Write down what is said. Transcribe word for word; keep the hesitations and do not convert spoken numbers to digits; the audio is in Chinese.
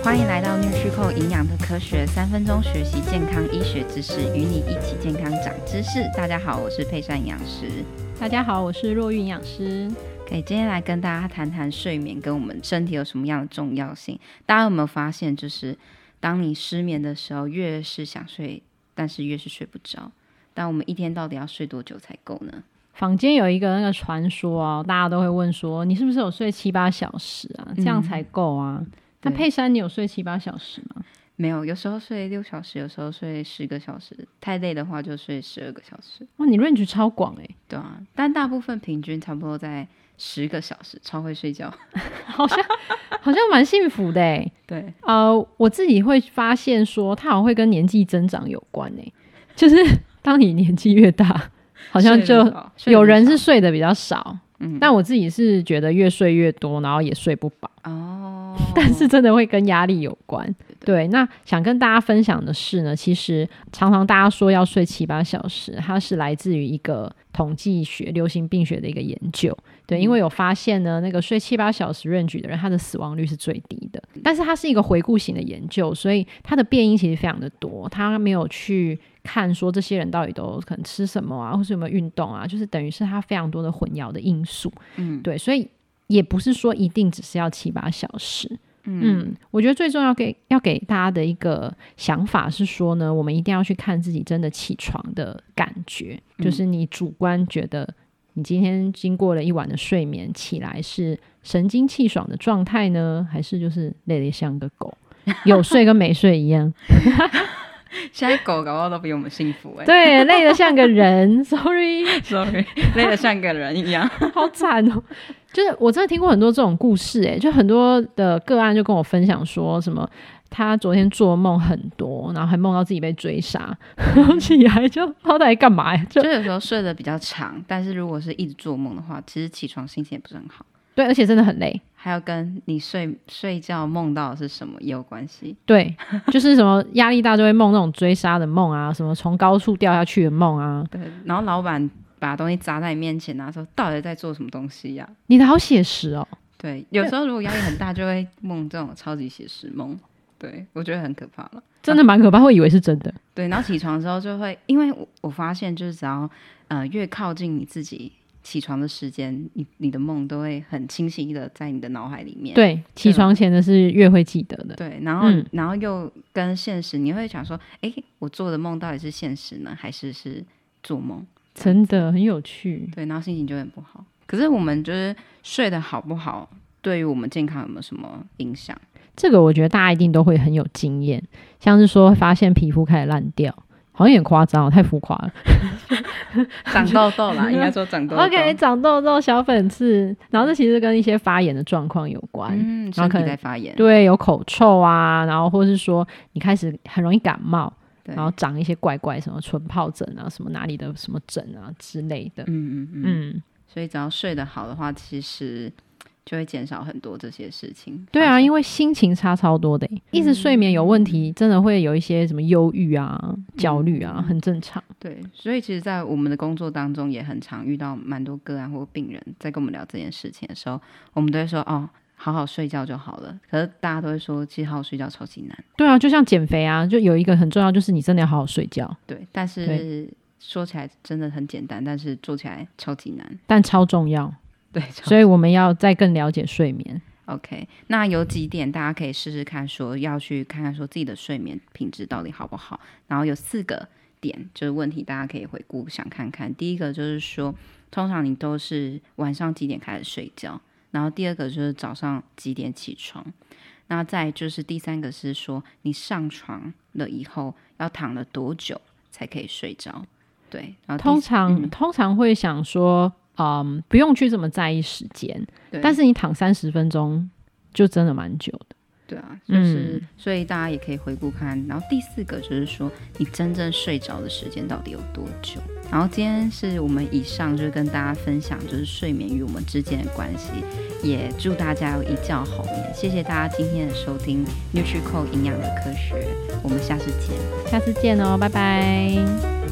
欢迎来到 NutriCore 营养的科学，三分钟学习健康医学知识，与你一起健康长知识。大家好，我是佩珊营养师。 大家好，我是若玉营养师。 可以今天来跟大家谈谈睡眠跟我们身体有什么样的重要性。大家有没有发现，就是当你失眠的时候，越是想睡，但是越是睡不着。但我们一天到底要睡多久才够呢？ 坊间有一个那个传说啊，大家都会问说，你是不是有睡七八小时啊？这样才够啊？嗯、那佩珊，你有睡七八小时吗？ 没有，有时候睡六小时，有时候睡十个小时，太累的话就睡十二个小时。 哇，你 range 超广哎、欸！ 对啊，但大部分平均差不多在十个小时，超会睡觉， 好像好像蛮幸福的哎、欸。 对， 呃，我自己会发现说，它好像会跟年纪增长有关哎、欸，就是当你年纪越大，好像就有人是睡得比较少，嗯，但我自己是觉得越睡越多，然后也睡不饱哦，但是真的会跟压力有关。对，那想跟大家分享的是呢，其实常常大家说要睡七八小时，它是来自于一个统计学、流行病学的一个研究。对，因为有发现呢，那个睡七八小时 range 的人，他的死亡率是最低的。但是它是一个回顾型的研究，所以它的变因其实非常的多，它没有去看说这些人到底都可能吃什么啊，或是有没有运动啊，就是等于是它非常多的混淆的因素。嗯，对，所以也不是说一定只是要七八小时。嗯, 嗯，我觉得最重要给要给大家的一个想法是说呢，我们一定要去看自己真的起床的感觉，嗯、就是你主观觉得你今天经过了一晚的睡眠起来是神清气爽的状态呢，还是就是累得像个狗，有睡跟没睡一样。 现在狗搞不好都比我们幸福哎、欸， 对，累得像个人，sorry sorry， 累得像个人一样， 好惨哦。就是我真的听过很多这种故事哎、欸，就很多的个案就跟我分享说什么他昨天做梦很多，然后还梦到自己被追杀，然后起来就不知道在干嘛呀、欸， 就有时候睡得比较长，但是如果是一直做梦的话，其实起床心情也不是很好。 对，而且真的很累， 还有跟你睡睡觉梦到的是什么也有关系。 对，就是什么压力大就会梦那种追杀的梦啊，什么从高处掉下去的梦啊。 对，然后老板把东西砸在你面前啊，说到底在做什么东西呀、啊？ 你的好写实哦。 对，有时候如果压力很大，就会梦这种超级写实梦。对，我觉得很可怕了， 真的蛮可怕，会以为是真的。 对，然后起床之后就会，因为 我, 我发现就是只要呃越靠近你自己起床的时间，你你的梦都会很清晰的在你的脑海里面。 对，起床前的是越会记得的。 对，然后、嗯、然后又跟现实，你会想说，哎，我做的梦到底是现实呢，还是是做梦？ 真的很有趣。 对，然后心情就很不好。可是我们就是睡得好不好，对于我们健康有没有什么影响？ 这个我觉得大家一定都会很有经验，像是说发现皮肤开始烂掉。好像有点夸张，太浮夸了。 长痘痘啦，应该说长痘痘。 OK， 长痘痘、小粉刺，然后这其实跟一些发炎的状况有关。 嗯， 然后可能身体在发炎。 对，有口臭啊，然后或是说你开始很容易感冒，然后长一些怪怪什么唇疱疹啊，什么哪里的什么疹啊之类的。 嗯嗯嗯。嗯，所以只要睡得好的话，其实就会减少很多这些事情。 对啊，因为心情差超多的、欸、一直睡眠有问题、嗯、真的会有一些什么忧郁啊、焦虑啊、嗯、很正常。 对，所以其实在我们的工作当中也很常遇到蛮多个案或病人在跟我们聊这件事情的时候，我们都会说哦，好好睡觉就好了。可是大家都会说其实好好睡觉超级难。 对啊，就像减肥啊，就有一个很重要，就是你真的要好好睡觉。 对，但是说起来真的很简单，但是做起来超级难， 但超重要。 对， 所以我们要再更了解睡眠。 OK， 那有几点大家可以试试看，说要去看看说自己的睡眠品质到底好不好。然后有四个点就是问题，大家可以回顾想看看。第一个就是说通常你都是晚上几点开始睡觉，然后第二个就是早上几点起床，那再就是第三个是说你上床了以后要躺了多久才可以睡着。对，然后通常、嗯、通常会想说嗯，不用去这么在意时间，但是你躺三十分钟就真的蛮久的。 对啊，就是、嗯、所以大家也可以回顾看。然后第四个就是说你真正睡着的时间到底有多久。然后今天是我们以上就是跟大家分享就是睡眠与我们之间的关系，也祝大家有一觉好眠。谢谢大家今天的收听 NutriCore 营养的科学，我们下次见。 下次见哦，拜拜。